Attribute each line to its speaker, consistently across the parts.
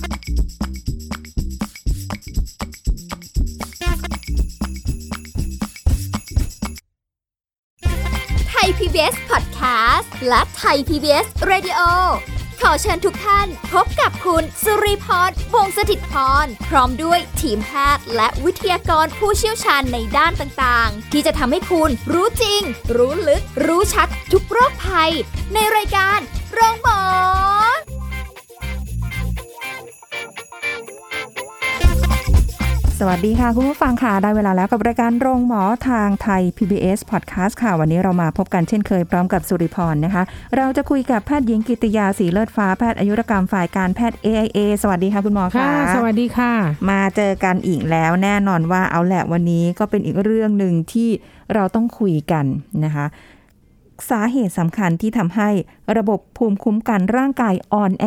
Speaker 1: ไทย PBS Podcast และไทย PBS Radio ขอเชิญทุกท่านพบกับคุณสุริพร วงศ์สถิตย์พรพร้อมด้วยทีมแพทย์และวิทยากรผู้เชี่ยวชาญในด้านต่างๆที่จะทำให้คุณรู้จริงรู้ลึกรู้ชัดทุกโรคภัยในรายการโรงพยาบาล
Speaker 2: สวัสดีค่ะคุณผู้ฟังค่ะได้เวลาแล้วกับรายการโรงหมอทางไทย PBS Podcast ค่ะวันนี้เรามาพบกันเช่นเคยพร้อมกับสุริพรนะคะเราจะคุยกับแพทย์หญิงกิตติยาศรีเลิศฟ้าแพทย์อายุรกรรมฝ่ายการแพทย์ AIA สวัสดีค่ะคุณหมอค่ะ
Speaker 3: สวัสดีค่ะ
Speaker 2: มาเจอกันอีกแล้วแน่นอนว่าเอาแหละวันนี้ก็เป็นอีกเรื่องนึงที่เราต้องคุยกันนะคะสาเหตุสำคัญที่ทำให้ระบบภูมิคุ้มกันร่างกายอ่อนแอ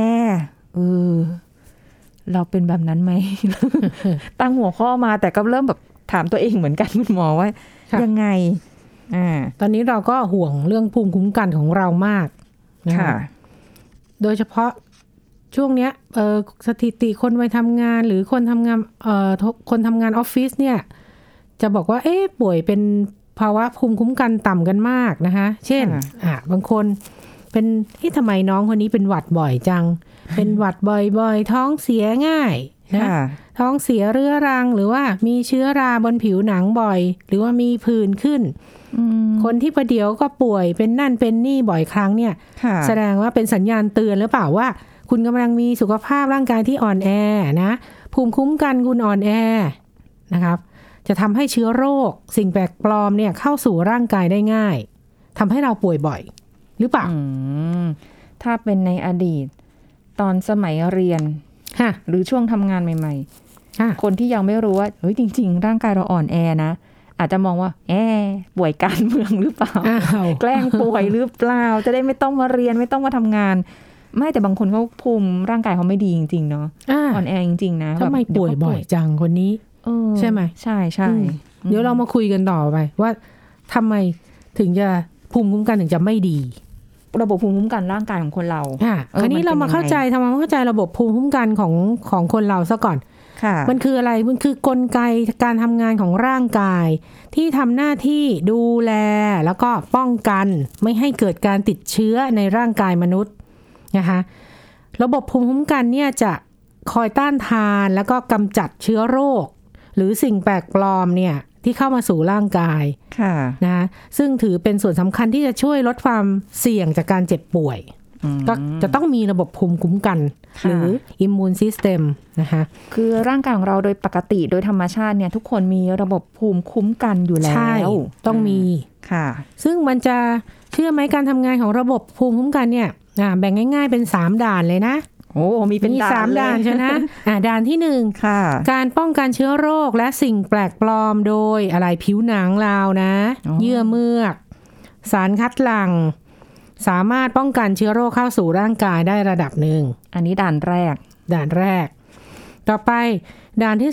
Speaker 2: เราเป็นแบบนั้นไหม ตั้งหัวข้อมาแต่ก็เริ่มแบบถามตัวเองเหมือนกันคุณหมอว่ายังไง
Speaker 3: ตอนนี้เราก็ห่วงเรื่องภูมิคุ้มกันของเรามากนะคะโดยเฉพาะช่วงเนี้ยสถิติคนวัยทำงานหรือคนทำงานคนทำงานออฟฟิศเนี่ยจะบอกว่าป่วยเป็นภาวะภูมิคุ้มกันต่ำกันมากนะคะเช่นบางคนเป็นทำไมน้องคนนี้เป็นหวัดบ่อยจังเป็นหวัดบ่อยๆท้องเสียง่ายนะท้องเสียเรื้อรังหรือว่ามีเชื้อราบนผิวหนังบ่อยหรือว่ามีผื่นขึ้นคนที่ประเดี๋ยวก็ป่วยเป็นนั่นเป็นนี่บ่อยครั้งเนี่ยแสดงว่าเป็นสัญญาณเตือนหรือเปล่าว่าคุณกำลังมีสุขภาพร่างกายที่อ่อนแอนะภูมิคุ้มกันคุณอ่อนแอนะครับจะทำให้เชื้อโรคสิ่งแปลกปลอมเนี่ยเข้าสู่ร่างกายได้ง่ายทำให้เราป่วยบ่อยหรือเปล่า
Speaker 2: ถ้าเป็นในอดีตตอนสมัยเรียนหรือช่วงทำงานใหม่ๆคนที่ยังไม่รู้ว่าจริงๆร่างกายเราอ่อนแอนะอาจจะมองว่าป่วยการเมืองหรือเปล่า แกล้งป่วยหรือเปล่าจะได้ไม่ต้องมาเรียนไม่ต้องมาทำงานไม่แต่บางคนเขาภูมิร่างกายเขาไม่ดีจริงๆเนาะอ่อนแอจริงๆนะ
Speaker 3: ทำไมป่วยบ่อยจังคนนี้ใช่ไหม
Speaker 2: ใช่ใช่
Speaker 3: เดี๋ยวเรามาคุยกันต่อไปว่าทำไมถึงจะภูมิคุ้มกันถึงจะไม่ดี
Speaker 2: ระบบภูมิคุ้มกันร่างกายของคนเรา
Speaker 3: คราวนี้เรามาเข้าใจทำความเข้าใจระบบภูมิคุ้มกันของคนเราซะก่อนมันคืออะไรมันคือกลไกการทำงานของร่างกายที่ทำหน้าที่ดูแลแล้วก็ป้องกันไม่ให้เกิดการติดเชื้อในร่างกายมนุษย์นะคะระบบภูมิคุ้มกันเนี่ยจะคอยต้านทานแล้วก็กำจัดเชื้อโรคหรือสิ่งแปลกปลอมเนี่ยที่เข้ามาสู่ร่างกายนะซึ่งถือเป็นส่วนสำคัญที่จะช่วยลดความเสี่ยงจากการเจ็บป่วยก็จะต้องมีระบบภูมิคุ้มกันหรือ immune system นะคะ
Speaker 2: คือร่างกายของเราโดยปกติโดยธรรมชาติเนี่ยทุกคนมีระบบภูมิคุ้มกันอยู่แล้วใช่
Speaker 3: ต้องมี
Speaker 2: ค่ะ
Speaker 3: ซึ่งมันจะเชื่อไหมการทำงานของระบบภูมิคุ้มกันเนี่ยแบ่งง่ายๆเป็น3ด่านเลยนะ
Speaker 2: มีเป็น
Speaker 3: 3ด่านใช่ไหมด่านที่1
Speaker 2: ค่ะ
Speaker 3: การป้องกันเชื้อโรคและสิ่งแปลกปลอมโดยอะไรผิวหนังเรานะเยื่อเมือกสารคัดหลั่งสามารถป้องกันเชื้อโรคเข้าสู่ร่างกายได้ระดับหนึ่ง
Speaker 2: อันนี้ด่านแรก
Speaker 3: ต่อไปด่านที่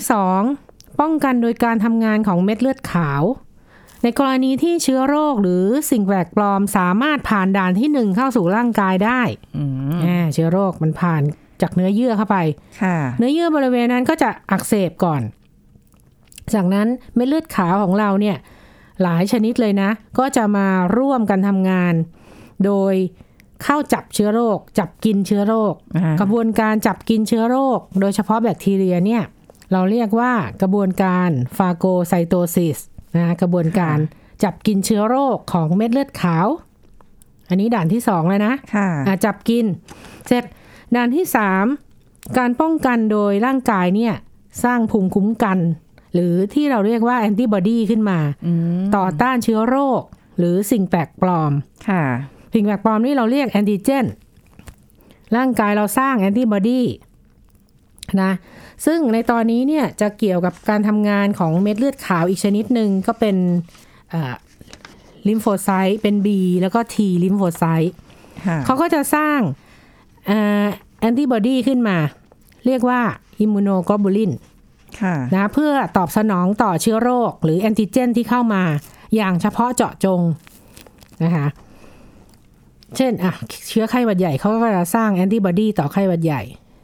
Speaker 3: 2ป้องกันโดยการทำงานของเม็ดเลือดขาวในกรณีที่เชื้อโรคหรือสิ่งแปลกปลอมสามารถผ่านด่านที่1เข้าสู่ร่างกายได้เชื้อโรคมันผ่านจากเนื้อเยื่อเข้าไปเนื้อเยื่อบริเวณนั้นก็จะอักเสบก่อนจากนั้นเม็ดเลือดขาวของเราเนี่ยหลายชนิดเลยนะก็จะมาร่วมกันทำงานโดยเข้าจับเชื้อโรคจับกินเชื้อโรคกระบวนการจับกินเชื้อโรคโดยเฉพาะแบคทีเรียเนี่ยเราเรียกว่ากระบวนการฟาโกไซโตซิสนะกระบวนการจับกินเชื้อโรคของเม็ดเลือดขาวอันนี้ด่านที่2แล้วนะจับกินเสร็จด่านที่3การป้องกันโดยร่างกายเนี่ยสร้างภูมิคุ้มกันหรือที่เราเรียกว่าแอนติบอดีขึ้นมาต่อต้านเชื้อโรคหรือสิ่งแปลกปลอมสิ่งแปลกปลอมนี่เราเรียกแอนติเจนร่างกายเราสร้างแอนติบอดีนะซึ่งในตอนนี้เนี่ยจะเกี่ยวกับการทำงานของเม็ดเลือดขาวอีกชนิดหนึ่งก็เป็นลิมโฟไซต์เป็น B แล้วก็ T ลิมโฟไซต์เขาก็จะสร้างแอนติบอดีขึ้นมาเรียกว่าอิมมูโนกลบูลินนะเพื่อตอบสนองต่อเชื้อโรคหรือแอนติเจนที่เข้ามาอย่างเฉพาะเจาะจงนะคะเช่นเชื้อไข้หวัดใหญ่เขาก็จะสร้างแอนติบอดีต่อไข้หวัดใหญ่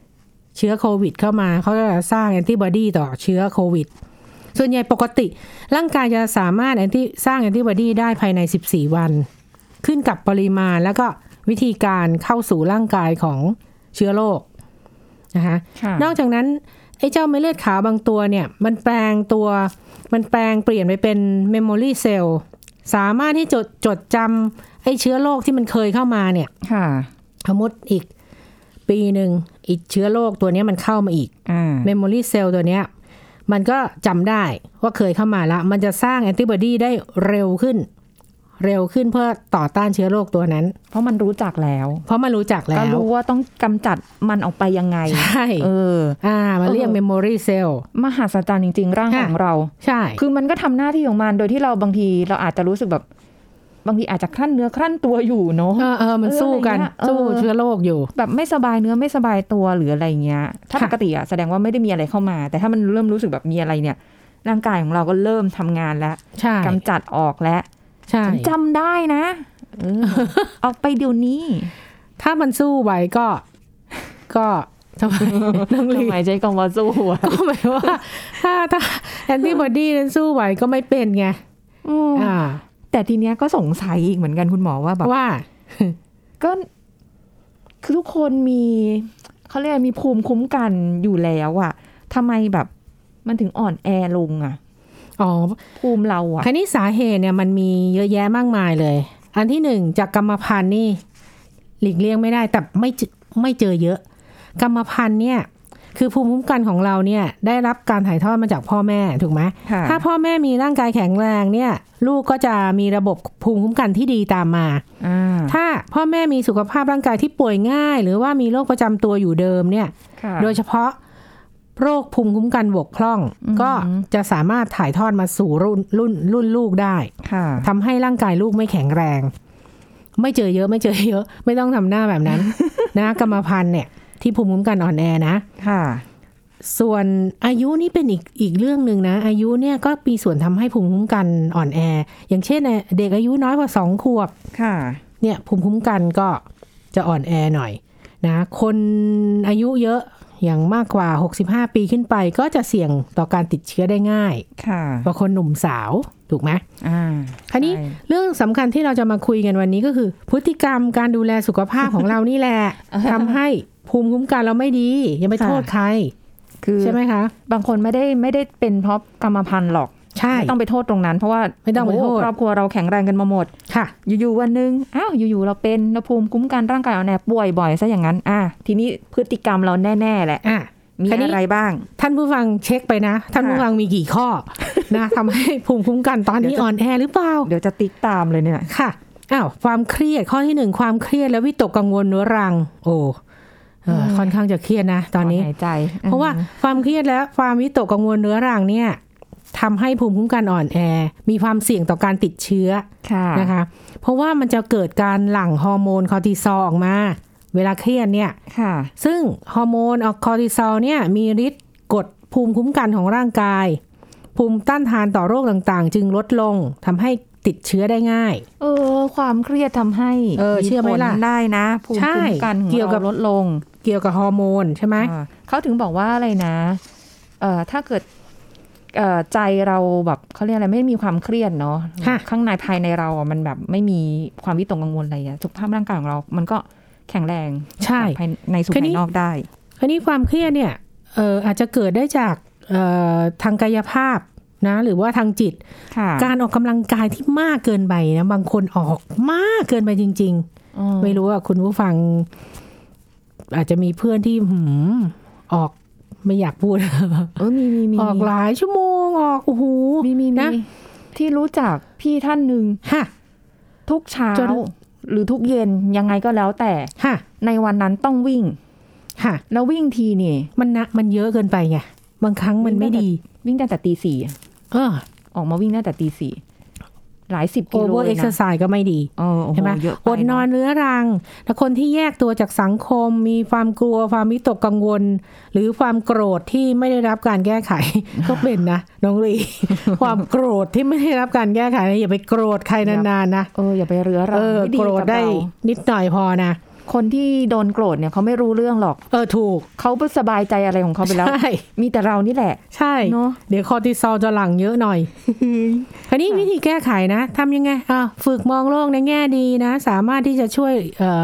Speaker 3: เชื้อโควิดเข้ามาเขาจะสร้างแอนติบอดีต่อเชื้อโควิดส่วนใหญ่ปกติร่างกายจะสามารถสร้างแอนติบอดีได้ภายใน14วันขึ้นกับปริมาณแล้วก็วิธีการเข้าสู่ร่างกายของเชื้อโรคนะคะนอกจากนั้นไอ้เจ้าเม็ดเลือดขาวบางตัวเนี่ยมันแปลงเปลี่ยนไปเป็นเมมโมรีเซลล์สามารถที่จดจำไอ้เชื้อโรคที่มันเคยเข้ามาเนี่ยสมมติอีกปีหนึ่งอีกเชื้อโรคตัวนี้มันเข้ามาอีกเมมโมรีเซลล์ตัวเนี้ยมันก็จำได้ว่าเคยเข้ามาแล้วมันจะสร้างแอนติบอดีได้เร็วขึ้นเพื่อต่อต้านเชื้อโรคตัวนั้น
Speaker 2: เพราะมันรู้จักแล้ว
Speaker 3: ก็
Speaker 2: รู้ว่าต้องกำจัดมันออกไปยังไง
Speaker 3: ใช่มันเรียกเมมโมรีเซลล์
Speaker 2: มหัศจรรย์จริงๆร่างของเรา
Speaker 3: ใช่
Speaker 2: คือมันก็ทำหน้าที่ของมันโดยที่เราบางทีเราอาจจะรู้สึกแบบบางทีอาจจะคลั่นเนื้อคลั่นตัวอยู่เนาะ
Speaker 3: มันสู้กันสู้เชื้อโรคอยู่
Speaker 2: แบบไม่สบายเนื้อไม่สบายตัวหรืออะไรเงี้ยถ้าปกติแสดงว่าไม่ได้มีอะไรเข้ามาแต่ถ้ามันเริ่มรู้สึกแบบมีอะไรเนี่ยร่างกายของเราก็เริ่มทำงานแล้วกำจัดออกแล้วฉันจำได้นะออกไปเดี๋ยวนี้
Speaker 3: ถ้ามันสู้ไหวก็ทำไม
Speaker 2: ใจกองว่าสู้
Speaker 3: ก็หมายว่าถ้าแอนติบอดีนั้นสู้ไหวก็ไม่เป็นไง
Speaker 2: แต่ทีเนี้ยก็สงสัยอีกเหมือนกันคุณหมอว่าแบบ
Speaker 3: ว่า
Speaker 2: ก็คือทุกคนมีเขาเรียกมีภูมิคุ้มกันอยู่แล้วอะทำไมแบบมันถึงอ่อนแอลงอะภูมิเราอะ
Speaker 3: ทีนี้สาเหตุเนี่ยมันมีเยอะแยะมากมายเลยอันที่หนึ่งจากกรรมพันธุ์นี่หลีกเลี่ยงไม่ได้แต่ไม่เจอเยอะกรรมพันธุ์เนี่ยคือภูมิคุ้มกันของเราเนี่ยได้รับการถ่ายทอดมาจากพ่อแม่ถูกไหมถ้าพ่อแม่มีร่างกายแข็งแรงเนี่ยลูกก็จะมีระบบภูมิคุ้มกันที่ดีตามมาถ้าพ่อแม่มีสุขภาพร่างกายที่ป่วยง่ายหรือว่ามีโรคประจำตัวอยู่เดิมเนี่ยโดยเฉพาะโรคภูมิคุ้มกันบกพร่องก็จะสามารถถ่ายทอดมาสู่รุ่นลูกได้ทำให้ร่างกายลูกไม่แข็งแรงไม่เจอเยอะไม่ต้องทำหน้าแบบนั้น นะกรรมพันธุ์เนี่ยที่ภูมิคุ้มกันอ่อนแอนะส่วนอายุนี่เป็นอีกเรื่องนึงนะอายุเนี่ยก็มีส่วนทำให้ภูมิคุ้มกันอ่อนแออย่างเช่นเด็กอายุน้อยกว่า2 ขวบเนี่ยภูมิคุ้มกันก็จะอ่อนแอหน่อยนะคนอายุเยอะอย่างมากกว่า65ปีขึ้นไปก็จะเสี่ยงต่อการติดเชื้อได้ง่ายกว่าคนหนุ่มสาวถูกไหมคราวนี้เรื่องสำคัญที่เราจะมาคุยกันวันนี้ก็คือพฤติกรรมการดูแลสุขภาพของเรานี่แหละทำให้ภูมิคุ้มกันเราไม่ดีอย่าไปโทษใครใช่ไหมคะ
Speaker 2: บางคนไม่ได้เป็นเพราะกรรมพันธุ์หรอก
Speaker 3: ใช่
Speaker 2: ไม่ต้องไปโทษตรงนั้นเพราะว่า
Speaker 3: ไม่ต้องไปโทษ
Speaker 2: ครอบครัวเราแข็งแรงกันมาหมด
Speaker 3: ค่ะ
Speaker 2: อยู่ๆวันนึงอยู่ๆเราเป็นภูมิคุ้มกันร่างกายเราแน่ป่วยบ่อยซะอย่างนั้นทีนี้พฤติกรรมเราแน่ๆแหละมีอะไรบ้าง
Speaker 3: ท่านผู้ฟังเช็คไปนะท่านผู้ฟังมีกี่ข้อนะทำให้ภูมิคุ้มกันตอนนี้อ่อนแอหรือเปล่า
Speaker 2: เดี๋ยวจะติ๊กตามเลยเนี่ย
Speaker 3: ค่ะความเครียดข้อที่1ความเครียดและวิตกกังวลเรื้อรังค่อนข้างจะเครียดนะตอนนี้เพราะว่าความเครียดและความวิตกกังวลเรื้อรังเนี่ยทำให้ภูมิคุ้มกันอ่อนแอมีความเสี่ยงต่อการติดเชื้อนะคะเพราะว่ามันจะเกิดการหลั่งฮอร์โมนคอร์ติซอลออกมาเวลาเครียดเนี่ยซึ่งฮอร์โมนคอร์ติซอลเนี่ยมีฤทธิ์กดภูมิคุ้มกันของร่างกายภูมิต้านทานต่อโรคต่างๆจึงลดลงทำให้ติดเชื้อได้ง่าย
Speaker 2: ความเครียดทำให้
Speaker 3: เชื่อไหมล่ะ
Speaker 2: ได้นะภูมิคุ้มกันของเราลดลง
Speaker 3: เกี่ยวกับฮอร์โมนใช่ไหม
Speaker 2: เขาถึงบอกว่าอะไรนะถ้าเกิดใจเราแบบเขาเรียกอะไรไม่มีความเครียดเนาะข้างในภายในเรามันแบบไม่มีความวิตกกังวลอะไรสุขภาพร่างกายของเรามันก็แข็งแรง
Speaker 3: ใช่
Speaker 2: ภายในสู่ภายนอกได้
Speaker 3: คราวนี้ความเครียดเนี่ยอาจจะเกิดได้จากทางกายภาพนะหรือว่าทางจิตการออกกำลังกายที่มากเกินไปนะบางคนออกมากเกินไปจริงๆไม่รู้ว่าคุณผู้ฟังอาจจะมีเพื่อนที่ออกไม่อยากพูด
Speaker 2: มี
Speaker 3: ออกหลายชั่วโมงออกโอ้โห
Speaker 2: มีนะที่รู้จักพี่ท่านหนึ่งทุกเช้าหรือทุกเย็นยังไงก็แล้วแต่ในวันนั้นต้องวิ่งแล้ววิ่งทีนี่
Speaker 3: มันเยอะเกินไปไงบางครั้งมันไม่ดี
Speaker 2: วิ่งตั้งแต่ตี 4ออกมาวิ่งตั้งแต่ตี 4หลาย10 กิโลเลยนะ
Speaker 3: Over exercise ก็ไม่ดีใช่ไหมอดนอนเรื้อรังแล้วคนที่แยกตัวจากสังคมมีความกลัวความวิตกกังวลหรือความโกรธที่ไม่ได้รับการแก้ไข ก็เป็นนะน้องลี ความโกรธที่ไม่ได้รับการแก้ไขอย่าไปโกรธใครนานๆนะ
Speaker 2: อย่าไปเรื้อรัง
Speaker 3: โกรธได้นิดหน่อยพอนะ
Speaker 2: คนที่โดนโกรธเนี่ยเขาไม่รู้เรื่องหรอก
Speaker 3: ถูก
Speaker 2: เขาสบายใจอะไรของเขาไปแล้วมีแต่เรานี่แหละ
Speaker 3: ใช่เนาะเดี๋ยวคอร์ติซอลจะหลั่งเยอะหน่อย คราวนี้วิธีแก้ไขนะทำยังไงฝึกมองโลกในแง่ดีนะสามารถที่จะช่วย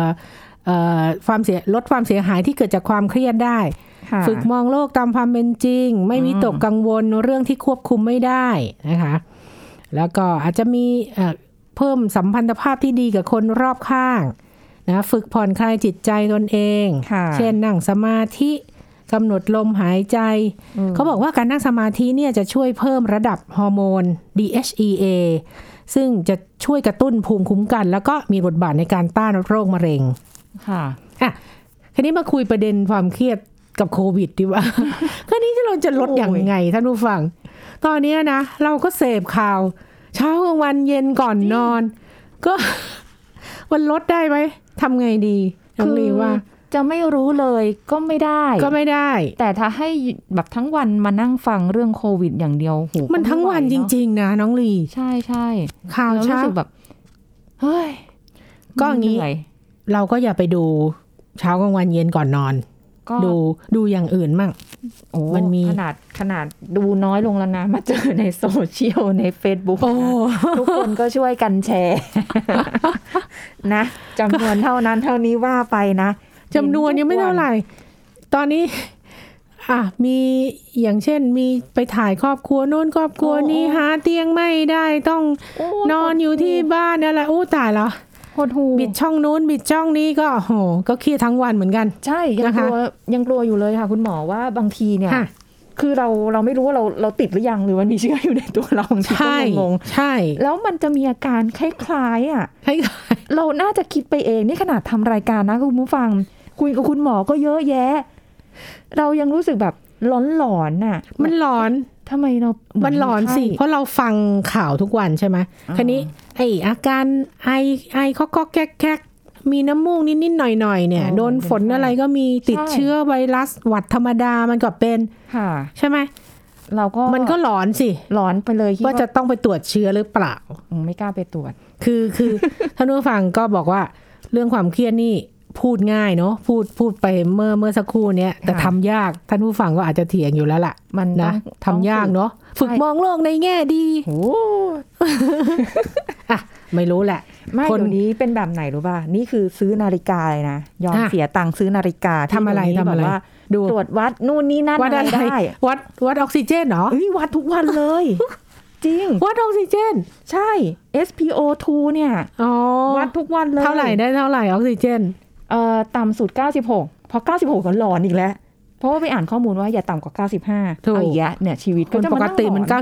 Speaker 3: ลดความเสียหายที่เกิดจากความเครียดได้ฝึกมองโลกตามความเป็นจริงไม่วิตกกังวลเรื่องที่ควบคุมไม่ได้นะคะแล้วก็อาจจะมีเพิ่มสัมพันธภาพที่ดีกับคนรอบข้างนะฝึกผ่อนคลายจิตใจตนเองเช่นนั่งสมาธิกำหนดลมหายใจเขาบอกว่าการนั่งสมาธิเนี่ยจะช่วยเพิ่มระดับฮอร์โมน DHEA ซึ่งจะช่วยกระตุ้นภูมิคุ้มกันแล้วก็มีบทบาทในการต้านโรคมะเร็ง
Speaker 2: ค่ะ
Speaker 3: ทีนี้มาคุยประเด็นความเครียดกับโควิดดีว่า คราวนี้เราจะลดอย่างไงท่านผู้ฟังตอนนี้นะเราก็เสพข่าวเช้ากลางวันเย็นก่อนนอนก็มันลดได้ไหมทำไงดีคือว่า
Speaker 2: จะไม่รู้เลยก็ไม่ได้แต่ถ้าให้แบบทั้งวันมานั่งฟังเรื่องโควิดอย่างเดียวโห
Speaker 3: มันทั้งวันจริงๆนะน้องลี
Speaker 2: ใช่ใช่
Speaker 3: ข่าว
Speaker 2: รู้สึกแบบเฮ้ย
Speaker 3: ก็อย่างนี้เราก็อย่าไปดูเช้ากลางวันเย็นก่อนนอนดูอย่างอื่นมั่ง
Speaker 2: มันมีขนาดดูน้อยลงแล้วนะมาเจอในโซเชียลใน Facebook ทุกคนก็ช่วยกันแชร์นะจำนวนเท่านั้นเท่านี้ว่าไปนะ
Speaker 3: จำนวนยังไม่เท่าไหร่ตอนนี้มีอย่างเช่นมีไปถ่ายครอบครัวโน้นครอบครัวนี้หาเตียงไม่ได้ต้องนอนอยู่ที่บ้านอะไรตายแล้วบิดช่องนู้นบิดช่องนี้ก็โหก็เครียดทั้งวันเหมือนกัน
Speaker 2: ใช่ยังกลัวอยู่เลยค่ะคุณหมอว่าบางทีเนี่ยคือเราไม่รู้ว่าเราติดหรือยังหรือมันมีเชื้ออยู่ในตัวเราบางทีก็งง
Speaker 3: ใช่
Speaker 2: แล้วมันจะมีอาการคล้ายๆเราน่าจะคิดไปเองนี่ขนาดทำรายการนะคุณผู้ฟังคุยกับคุณหมอก็เยอะแยะเรายังรู้สึกแบบหลอนน่ะ
Speaker 3: มันหลอน
Speaker 2: ทำไม
Speaker 3: มันหลอนสิเพราะเราฟังข่าวทุกวันใช่ไหมคราวนี้อาการไอก็แก๊กมีน้ำมูกนิดๆหน่อยๆเนี่ยโดนฝนอะไรก็มีติดเชื้อไวรัสหวัดธรรมดามันก็เป็นใช่ไหม
Speaker 2: เราก็
Speaker 3: มันก็หลอนสิ
Speaker 2: หลอนไปเลย
Speaker 3: ว่าจะต้องไปตรวจเชื้อหรือเปล่า
Speaker 2: ไม่กล้าไปตรวจ
Speaker 3: คือท่านผู้ฟังก็บอกว่าเรื่องความเครียดนี่พูดง่ายเนาะพูดไปเมื่อสักครู่เนี้ยแต่ทำยากท่านผู้ฟังก็อาจจะเถียงอยู่แล้วล่ะ
Speaker 2: มัน
Speaker 3: นะทำยากเนาะฝึกมองโลกในแง่ดี
Speaker 2: โอ้
Speaker 3: ไม่รู้แหละ
Speaker 2: คนนี้เป็นแบบไหนรู้ป่ะนี่คือซื้อนาฬิกาเลยนะยอมเสียตังค์ซื้อนาฬิกา
Speaker 3: ทำอะไร
Speaker 2: ว่าตรวจวัดนู่นนี่นั่นอะไรได้
Speaker 3: วัดออกซิเจนเหรอ
Speaker 2: วัดทุกวันเลยจริง
Speaker 3: วัดออกซิเจน
Speaker 2: ใช่ SpO2 เนี่ยวัดทุกวันเลย
Speaker 3: เท่าไหร่ได้เท่าไหร่ออกซิเจน
Speaker 2: ต่ำสุด96พอ96ก็หลอนอีกแล้วเพราะว่าไปอ่านข้อมูลว่าอย่าต่ำกว่า95เอาอีกแล้วเนี่ยชีวิต
Speaker 3: ก็จะปกติมัน98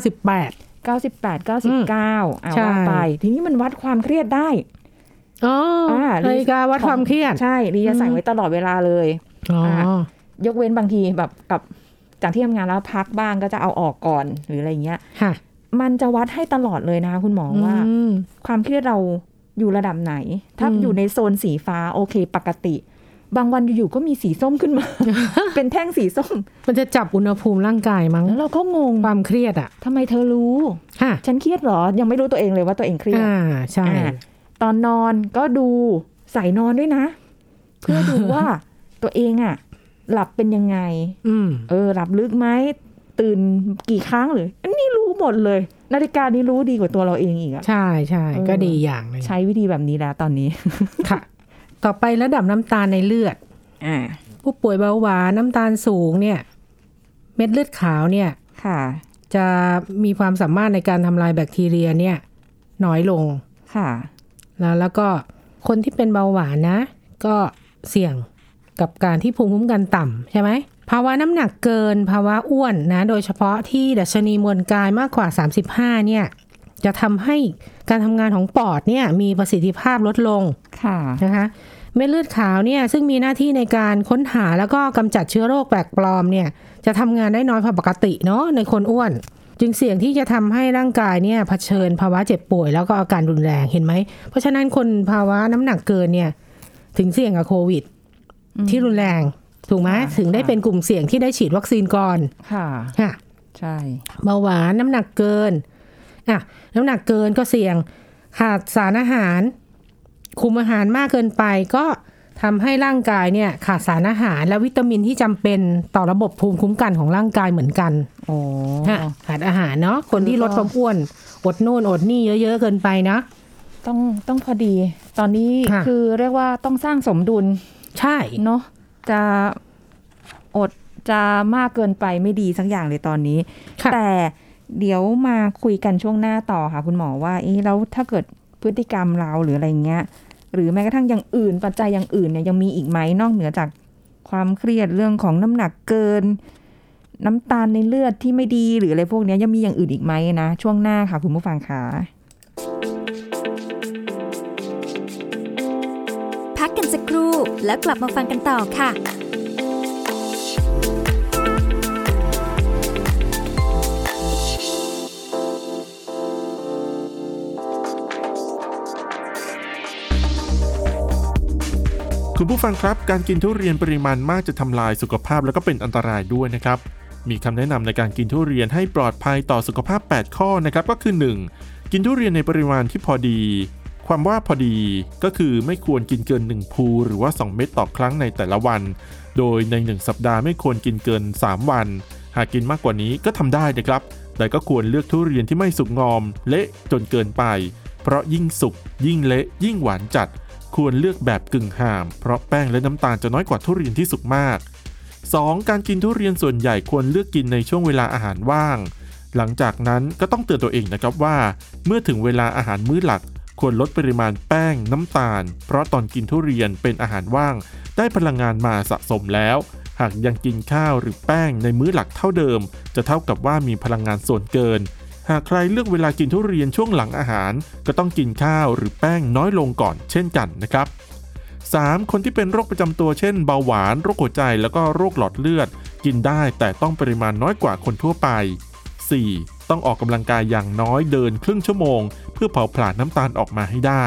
Speaker 2: ว่าไปทีนี้มันวัดความเครียดได้
Speaker 3: นาฬิกาวัดความเครียด
Speaker 2: ใช่ลีจะใส่ไว้ตลอดเวลาเลยยกเว้นบางทีแบบกับจากที่ทำงานแล้วพักบ้างก็จะเอาออกก่อนหรืออะไรเงี้ยมันจะวัดให้ตลอดเลยนะคะคุณหมอว่าความเครียดเราอยู่ระดับไหนถ้าอยู่ในโซนสีฟ้าโอเคปกติบางวันอยู่ๆก็มีสีส้มขึ้นมา เป็นแท่งสีส้ม
Speaker 3: มันจะจับอุณหภูมิร่างกายมั้ง
Speaker 2: แล้วเราก็งง
Speaker 3: ความเครียด
Speaker 2: ทำไมเธอรู้ฉันเครียดเหรอยังไม่รู้ตัวเองเลยว่าตัวเองเครียด
Speaker 3: ใช่
Speaker 2: ตอนนอนก็ดูใส่นอนด้วยนะเพื่อดูว่าตัวเองหลับเป็นยังไงหลับลึกไหมตื่นกี่ครั้งเลยอันนี้รู้หมดเลยนาฬิกานี้รู้ดีกว่าตัวเราเองอีก
Speaker 3: ใช่ใช่ก็ดีอย่างนึง
Speaker 2: ใช้วิธีแบบนี้แล้วตอนนี้
Speaker 3: ค่ะต่อไประดับน้ำตาลในเลือดผู้ป่วยเบาหวานน้ำตาลสูงเนี่ยเม็ดเลือดขาวเนี่ยจะมีความสามารถในการทำลายแบคทีเรียเนี่ยน้อยลงแล้วก็คนที่เป็นเบาหวานนะก็เสี่ยงกับการที่ภูมิคุ้มกันต่ำใช่ไหมภาวะน้ำหนักเกินภาวะอ้วนนะโดยเฉพาะที่ดัชนีมวลกายมากกว่า35เนี่ยจะทำให้การทำงานของปอดเนี่ยมีประสิทธิภาพลดลงนะคะเม็ดเลือดขาวเนี่ยซึ่งมีหน้าที่ในการค้นหาแล้วก็กำจัดเชื้อโรคแปลกปลอมเนี่ยจะทำงานได้น้อยกว่าปกติเนาะในคนอ้วนจึงเสี่ยงที่จะทำให้ร่างกายเนี่ยเผชิญภาวะเจ็บป่วยแล้วก็อาการรุนแรงเห็นไหมเพราะฉะนั้นคนภาวะน้ำหนักเกินเนี่ยถึงเสี่ยงกับโควิดที่รุนแรงถูกไหมถึงได้เป็นกลุ่มเสี่ยงที่ได้ฉีดวัคซีนก่อน
Speaker 2: ค่ะใช่
Speaker 3: เบาหวานน้ำหนักเกินน้ำหนักเกินก็เสี่ยงขาดสารอาหารคุมอาหารมากเกินไปก็ทำให้ร่างกายเนี่ยขาดสารอาหารและวิตามินที่จำเป็นต่อระบบภูมิคุ้มกันของร่างกายเหมือนกันขาดอาหารเนาะคนที่ลดความอ้วนอดโน่นอดนี่เยอะๆเกินไปนะ
Speaker 2: ต้องพอดีตอนนี้คือเรียกว่าต้องสร้างสมดุล
Speaker 3: ใช่
Speaker 2: เนาะจะอดจะมากเกินไปไม่ดีสักอย่างเลยตอนนี้แต่เดี๋ยวมาคุยกันช่วงหน้าต่อค่ะคุณหมอว่าแล้วถ้าเกิดพฤติกรรมเราหรืออะไรเงี้ยหรือแม้กระทั่งอย่างอื่นปัจจัยอย่างอื่นเนี่ยยังมีอีกไหมนอกเหนือจากความเครียดเรื่องของน้ำหนักเกินน้ำตาลในเลือดที่ไม่ดีหรืออะไรพวกนี้ยังมีอย่างอื่นอีกไหมนะช่วงหน้าค่ะคุณผู้ฟังค่ะ
Speaker 1: พักกันสักครู่แล้วกลับมาฟังกันต่อค่ะ
Speaker 4: คุณผู้ฟังครับการกินทุเรียนปริมาณมากจะทำลายสุขภาพแล้วก็เป็นอันตรายด้วยนะครับมีคำแนะนำในการกินทุเรียนให้ปลอดภัยต่อสุขภาพ8ข้อนะครับก็คือ 1. กินทุเรียนในปริมาณที่พอดีความว่าพอดีก็คือไม่ควรกินเกิน1ภูหรือว่า2เม็ดต่อครั้งในแต่ละวันโดยใน1สัปดาห์ไม่ควรกินเกิน3วันหากกินมากกว่านี้ก็ทำได้นะครับแต่ก็ควรเลือกทุเรียนที่ไม่สุกงอมเละจนเกินไปเพราะยิ่งสุกยิ่งเละยิ่งหวานจัดควรเลือกแบบกึ่งห่ามเพราะแป้งและน้ำตาลจะน้อยกว่าทุเรียนที่สุกมาก 2. การกินทุเรียนส่วนใหญ่ควรเลือกกินในช่วงเวลาอาหารว่างหลังจากนั้นก็ต้องเตือนตัวเองนะครับว่าเมื่อถึงเวลาอาหารมื้อหลักควรลดปริมาณแป้งน้ำตาลเพราะตอนกินทุเรียนเป็นอาหารว่างได้พลังงานมาสะสมแล้วหากยังกินข้าวหรือแป้งในมื้อหลักเท่าเดิมจะเท่ากับว่ามีพลังงานส่วนเกินหากใครเลือกเวลากินทุเรียนช่วงหลังอาหารก็ต้องกินข้าวหรือแป้งน้อยลงก่อนเช่นกันนะครับ 3. คนที่เป็นโรคประจำตัวเช่นเบาหวานโรคหัวใจแล้วก็โรคหลอดเลือดกินได้แต่ต้องปริมาณน้อยกว่าคนทั่วไป 4. ต้องออกกำลังกายอย่างน้อยเดินครึ่งชั่วโมงเพื่อเผาผลาญน้ำตาลออกมาให้ได้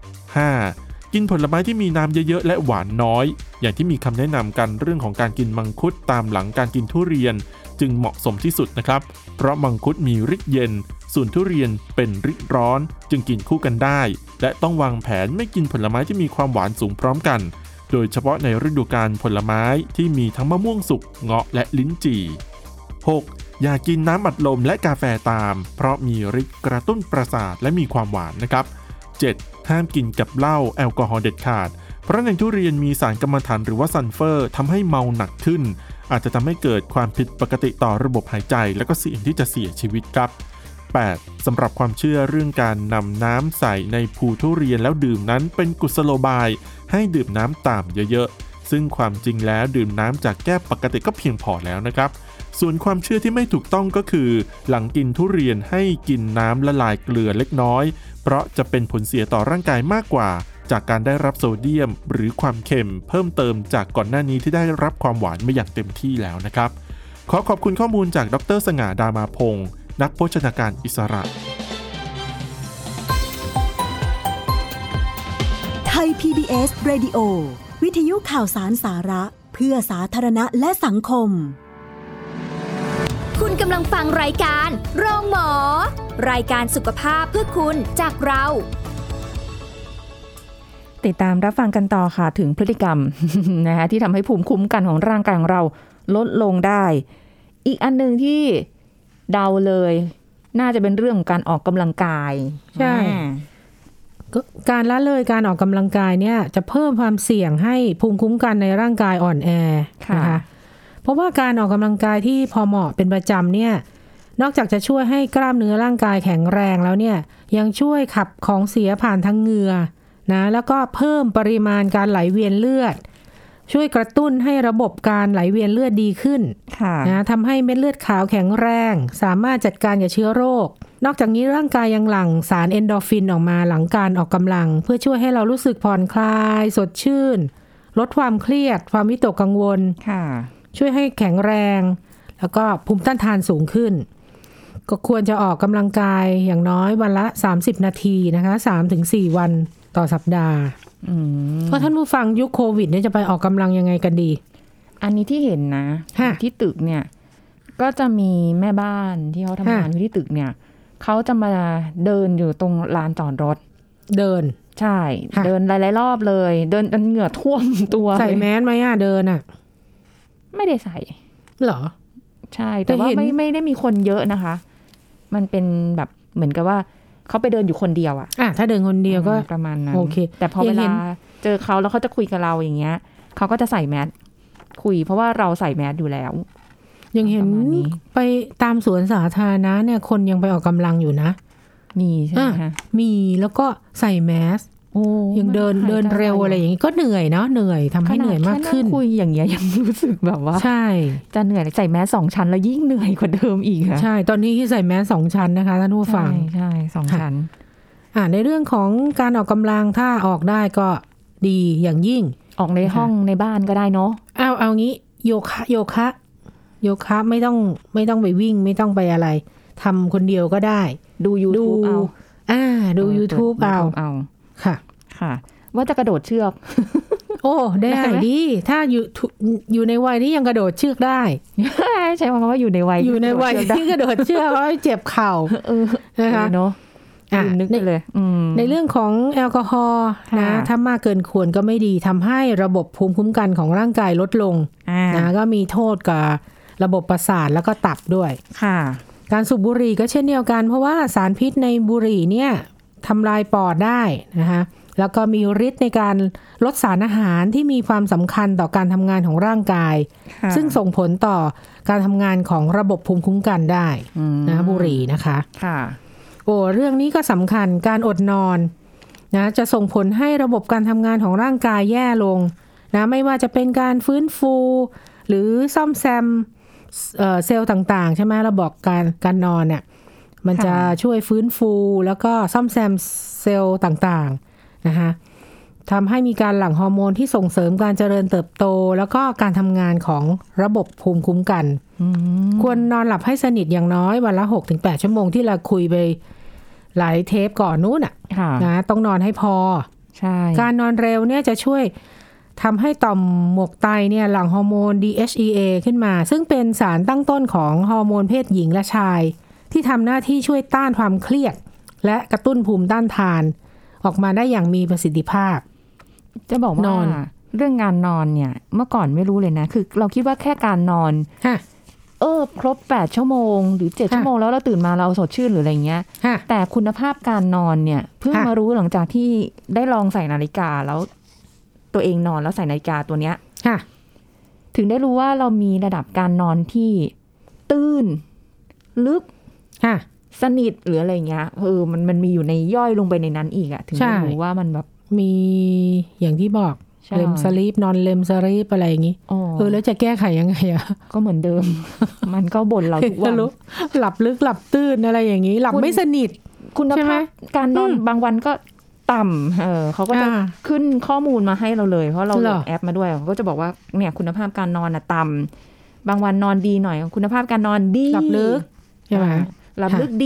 Speaker 4: 5. กินผลไม้ที่มีน้ำเยอะๆและหวานน้อยอย่างที่มีคำแนะนำกันเรื่องของการกินมังคุดตามหลังการกินทุเรียนจึงเหมาะสมที่สุดนะครับเพราะมังคุดมีฤทธิ์เย็นส่วนทุเรียนเป็นฤทธิ์ร้อนจึงกินคู่กันได้และต้องวางแผนไม่กินผลไม้ที่มีความหวานสูงพร้อมกันโดยเฉพาะในฤดูกาลผลไม้ที่มีทั้งมะม่วงสุกเงาะและลิ้นจี่ 6. อย่ากินน้ำอัดลมและกาแฟตามเพราะมีฤทธิ์กระตุ้นประสาทและมีความหวานนะครับ 7. ห้ามกินกับเหล้าแอลกอฮอล์เด็ดขาดเพราะในทุเรียนมีสารกัมมันถันหรือว่าซัลเฟอร์ทำให้เมาหนักขึ้นอาจจะทำให้เกิดความผิดปกติต่อระบบหายใจและก็เสี่ยงที่จะเสียชีวิตครับ 8. สำหรับความเชื่อเรื่องการนำน้ำใส่ในภูทุเรียนแล้วดื่มนั้นเป็นกุศโลบายให้ดื่มน้ำตามเยอะๆซึ่งความจริงแล้วดื่มน้ำจากแก้วปกติก็เพียงพอแล้วนะครับส่วนความเชื่อที่ไม่ถูกต้องก็คือหลังกินทุเรียนให้กินน้ำละลายเกลือเล็กน้อยเพราะจะเป็นผลเสียต่อร่างกายมากกว่าจากการได้รับโซเดียมหรือความเค็มเพิ่มเติมจากก่อนหน้านี้ที่ได้รับความหวานมาอย่างเต็มที่แล้วนะครับขอขอบคุณข้อมูลจากดร.สง่า ดามาพงศ์นักโภชนาการอิสระ
Speaker 5: ไทย PBS Radio วิทยุข่าวสารสาระเพื่อสาธารณะและสังคม
Speaker 1: คุณกำลังฟังรายการโรงหมอรายการสุขภาพเพื่อคุณจากเรา
Speaker 2: ติดตามรับฟังกันต่อค่ะถึงพฤติกรรม นะคะที่ทำให้ภูมิคุ้มกันของร่างกายของเราลดลงได้อีกอันนึงที่เดาเลยน่าจะเป็นเรื่องของการออกกำลังกาย
Speaker 3: ใช่การละเลยการออกกำลังกายเนี่ยจะเพิ่มความเสี่ยงให้ภูมิคุ้มกันในร่างกายอ่อนแอนะคะเพราะว่าการออกกำลังกายที่พอเหมาะเป็นประจำเนี่ยนอกจากจะช่วยให้กล้ามเนื้อร่างกายแข็งแรงแล้วเนี่ยยังช่วยขับของเสียผ่านทางเหงื่อนะแล้วก็เพิ่มปริมาณการไหลเวียนเลือดช่วยกระตุ้นให้ระบบการไหลเวียนเลือดดีขึ้นนะทำให้เม็ดเลือดขาวแข็งแรงสามารถจัดการกับเชื้อโรคนอกจากนี้ร่างกายยังหลั่งสารเอนโดรฟินออกมาหลังการออกกำลังเพื่อช่วยให้เรารู้สึกผ่อนคลายสดชื่นลดความเครียดความวิตกกังวลช่วยให้แข็งแรงแล้วก็ภูมิต้านทานสูงขึ้นก็ควรจะออกกำลังกายอย่างน้อยวันละ30นาทีนะคะ 3-4 วันต่อสัปดาห์เพราะท่านผู้ฟังยุคโควิดเนี่ยจะไปออกกำลังยังไงกันดี
Speaker 2: อันนี้ที่เห็นนะที่ตึกเนี่ยก็จะมีแม่บ้านที่เขาทำงานอยู่ที่ตึกเนี่ยเขาจะมาเดินอยู่ตรงลานจอดรถ
Speaker 3: เดิน
Speaker 2: ใช่เดินหลายๆรอบเลยเดินจนเหงื่อท่วมตัว
Speaker 3: ใส่แมสไหมเดิน
Speaker 2: ไม่ได้ใส่
Speaker 3: เหรอ
Speaker 2: ใช่แต่ว่าไม่ได้มีคนเยอะนะคะมันเป็นแบบเหมือนกับว่าเขาไปเดินอยู่คนเดียว
Speaker 3: ถ้าเดินคนเดียวก็
Speaker 2: ประมาณนั้น
Speaker 3: โอเค
Speaker 2: แต่พอเวลาเจอเขาแล้วเขาจะคุยกับเราอย่างเงี้ยเขาก็จะใส่แมสคุยเพราะว่าเราใส่แมสอยู่แล้ว
Speaker 3: ยังเห็นไปตามสวนสาธารณะเนี่ยคนยังไปออกกำลังอยู่นะ
Speaker 2: มีใช่ไหมคะ
Speaker 3: มีแล้วก็ใส่แมสยังเดินเร็วอะไรอย่างนี้ก็เหนื่อยเนาะเหนื่อยทำให้เหนื่อยมากขึ้น
Speaker 2: คุยอย่างเงี้ยยังรู้สึกแบบว่า
Speaker 3: ใช่
Speaker 2: จะเหนื่อยใส่แมส2ชั้นแล้วยิ่งเหนื่อยกว่าเดิมอีก
Speaker 3: ใช่ตอนนี้ที่ใส่แมส2ชั้นนะคะท่านผู้ฟัง
Speaker 2: ใช่2ชั้น
Speaker 3: ในเรื่องของการออกกำลังถ้าออกได้ก็ดีอย่างยิ่ง
Speaker 2: ออกในห้องในบ้านก็ได้เนาะ
Speaker 3: เอางี้โยคะไม่ต้องไปวิ่งไม่ต้องไปอะไรทำคนเดียวก็ได้
Speaker 2: ดู YouTube
Speaker 3: ดู YouTube เอา
Speaker 2: ค่ะว่าจะกระโดดเชือก
Speaker 3: โอ้ได้ดีถ้าอยู่ในวัยที่ยังกระโดดเชือกได้
Speaker 2: ใช่ไหมว่าอยู่ในวัย
Speaker 3: ที่กระโดดเชือกแล้วเจ็บเข่านะคะ
Speaker 2: เนาะนึกเลย
Speaker 3: ในเรื่องของแอลกอฮอล์นะถ้ามากเกินควรก็ไม่ดีทำให้ระบบภูมิคุ้มกันของร่างกายลดลงนะก็มีโทษกับระบบประสาทแล้วก็ตับด้วย
Speaker 2: ค่ะ
Speaker 3: การสูบบุหรี่ก็เช่นเดียวกันเพราะว่าสารพิษในบุหรี่เนี่ยทำลายปอดได้นะคะแล้วก็มีฤทธิ์ในการลดสารอาหารที่มีความสำคัญต่อการทำงานของร่างกายซึ่งส่งผลต่อการทำงานของระบบภูมิคุ้มกันได้นะบุหรี่นะคะ
Speaker 2: ค่ะ
Speaker 3: เรื่องนี้ก็สำคัญการอดนอนนะจะส่งผลให้ระบบการทำงานของร่างกายแย่ลงนะไม่ว่าจะเป็นการฟื้นฟูหรือซ่อมแซมเซลล์ต่างๆใช่ไหมระบบการนอนเนี่ยมันจะช่วยฟื้นฟูแล้วก็ซ่อมแซมเซลล์ต่างๆนะคะทำให้มีการหลั่งฮอร์โมนที่ส่งเสริมการเจริญเติบโตแล้วก็การทำงานของระบบภูมิคุ้มกันควรนอนหลับให้สนิทอย่างน้อยวันละ 6-8 ชั่วโมงที่เราคุยไปหลายเทปก่อนนู้นนะต้องนอนให้พอ
Speaker 2: ใช่
Speaker 3: การนอนเร็วเนี่ยจะช่วยทำให้ต่อมหมวกไตเนี่ยหลั่งฮอร์โมน DHEA ขึ้นมาซึ่งเป็นสารตั้งต้นของฮอร์โมนเพศหญิงและชายที่ทำหน้าที่ช่วยต้านความเครียดและกระตุ้นภูมิต้านทานออกมาได้อย่างมีประสิทธิภาพ
Speaker 2: จะบอกว่าเรื่องการนอนเนี่ยเมื่อก่อนไม่รู้เลยนะคือเราคิดว่าแค่การนอนครบ8ชั่วโมงหรือ7ชั่วโมงแล้วเราตื่นมาเราสดชื่นหรืออะไรเงี้ยแต่คุณภาพการนอนเนี่ยเพิ่งมารู้หลังจากที่ได้ลองใส่นาฬิกาแล้วตัวเองนอนแล้วใส่นาฬิกาตัวเนี้ยถึงได้รู้ว่าเรามีระดับการนอนที่ตื้นลึกสนิทหรืออะไรเงี้ยมันมีอยู่ในย่อยลงไปในนั้นอีกถึงได้รู้ว่ามันแบบ
Speaker 3: มีอย่างที่บอกเลมสลีปนอนเลมสลีปอะไรอย่างงี้แล้วจะแก้ไขยังไง
Speaker 2: ก็เหมือนเดิม มันก็บ่นเราทุกวัน
Speaker 3: หลับลึกหลับตื้นอะไรอย่างงี้หลับไม่สนิท
Speaker 2: คุณภาพการนอนบางวันก็ต่ำเขาก็จะขึ้นข้อมูลมาให้เราเลยเพราะเราโหลดแอปมาด้วยเขาก็จะบอกว่าเนี่ยคุณภาพการนอนต่ำบางวันนอนดีหน่อยคุณภาพการนอนดี
Speaker 3: หลับลึกใช่ไหม
Speaker 2: หลับลึกดี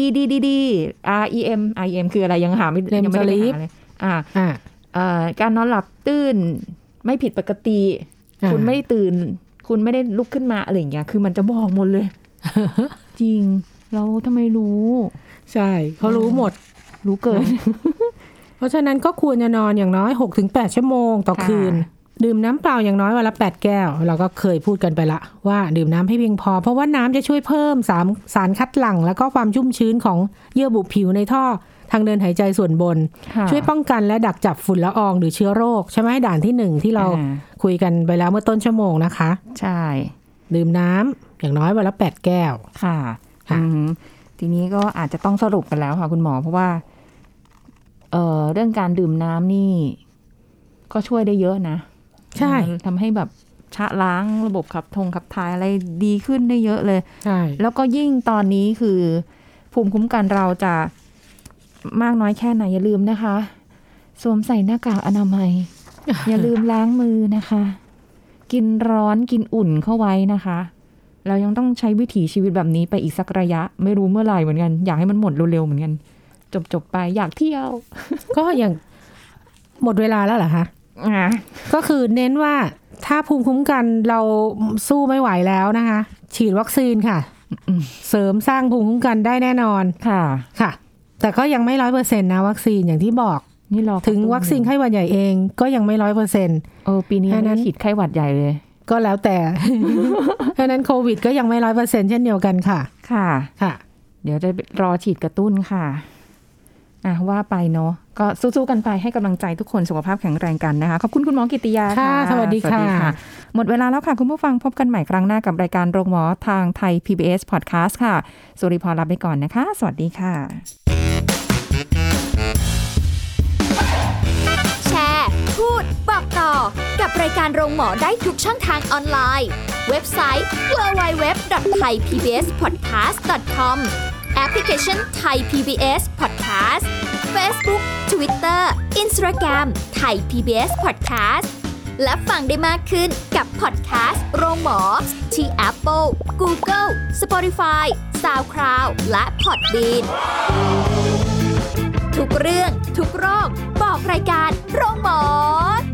Speaker 2: REM คืออะไรยังหาไม่ได้หาเลยการนอนหลับตื้นไม่ผิดปกติคุณไม่ตื่นคุณไม่ได้ลุกขึ้นมาอะไรอย่างเงี้ยคือมันจะบอกหมดเลย จริงเราทำไมรู้
Speaker 3: ใช่เขารู้หมด
Speaker 2: รู้เกิน
Speaker 3: เพราะฉะนั้นก็ควรจะนอนอย่างน้อย 6-8 ชั่วโมงต่อคืนดื่มน้ำเปล่าอย่างน้อยวันละ8 แก้วเราก็เคยพูดกันไปละว่าดื่มน้ำให้เพียงพอเพราะว่าน้ำจะช่วยเพิ่มสารคัดหลั่งแล้วก็ความชุ่มชื้นของเยื่อบุผิวในท่อทางเดินหายใจส่วนบนช่วยป้องกันและดักจับฝุ่นละอองหรือเชื้อโรคใช่ไหมด่านที่1ที่เราคุยกันไปแล้วเมื่อต้นชั่วโมงนะคะ
Speaker 2: ใช่
Speaker 3: ดื่มน้ำอย่างน้อยวันละ8 แก้ว
Speaker 2: ค่ะทีนี้ก็อาจจะต้องสรุปกันแล้วค่ะคุณหมอเพราะว่าเรื่องการดื่มน้ำนี่ก็ช่วยได้เยอะนะ
Speaker 3: ใช่
Speaker 2: ทำให้แบบชะล้างระบบขับถ่ายอะไรดีขึ้นได้เยอะเลย
Speaker 3: ใช่
Speaker 2: แล้วก็ยิ่งตอนนี้คือภูมิคุ้มกันเราจะมากน้อยแค่ไหนอย่าลืมนะคะสวมใส่หน้ากากอนามัย อย่าลืมล้างมือนะคะกินร้อนกินอุ่นเข้าไว้นะคะเรายังต้องใช้วิถีชีวิตแบบนี้ไปอีกสักระยะไม่รู้เมื่อไหร่เหมือนกันอยากให้มันหมดเร็วๆเหมือนกันจบไปอยากเที่ยว
Speaker 3: ก็อย่างหมดเวลาแล้วเหรอคะก็คือเน้นว่าถ้าภูมิคุ้มกันเราสู้ไม่ไหวแล้วนะคะฉีดวัคซีนค่ะเสริมสร้างภูมิคุ้มกันได้แน่นอน
Speaker 2: ค่ะ
Speaker 3: ค่ะแต่ก็ยังไม่ 100% นะวัคซีนอย่างที่บอก
Speaker 2: นี่รอ
Speaker 3: ถึงวัคซีนไข้หวัดใหญ่เองก็ยังไม่ 100%
Speaker 2: ปีนี้ไม่ฉีดไข้หวัดใหญ่เลย
Speaker 3: ก็แล้วแต่ เพราะนั้นโควิดก็ยังไม่ 100% เช่นเดียวกันค่ะ
Speaker 2: ค่ะเดี๋ยวจะรอฉีดกระตุ้นค่ะว่าไปเนาะก็สู้ๆกันไปให้กำลังใจทุกคนสุขภาพแข็งแรงกันนะคะขอบคุณคุณหมอกิติยา
Speaker 3: ค่ะสวัสดีค่ะ
Speaker 2: หมดเวลาแล้วค่ะคุณผู้ฟังพบกันใหม่ครั้งหน้ากับรายการโรงหมอทางไทย PBS Podcast ค่ะสุริพรลาไปก่อนนะคะสวัสดีค่ะ
Speaker 1: แชร์พูดบอกต่อกับรายการโรงหมอได้ทุกช่องทางออนไลน์เว็บไซต์ www.thaipbspodcast.com แอปพลิเคชัน Thai PBS Podcast Facebook Twitter Instagram Thai PBS Podcast และฟังได้มากขึ้นกับพอดแคสต์โรงหมอที่ Apple, Google, Spotify, SoundCloud และ Podbean ทุกเรื่องทุกโรคบอกรายการโรงหมอ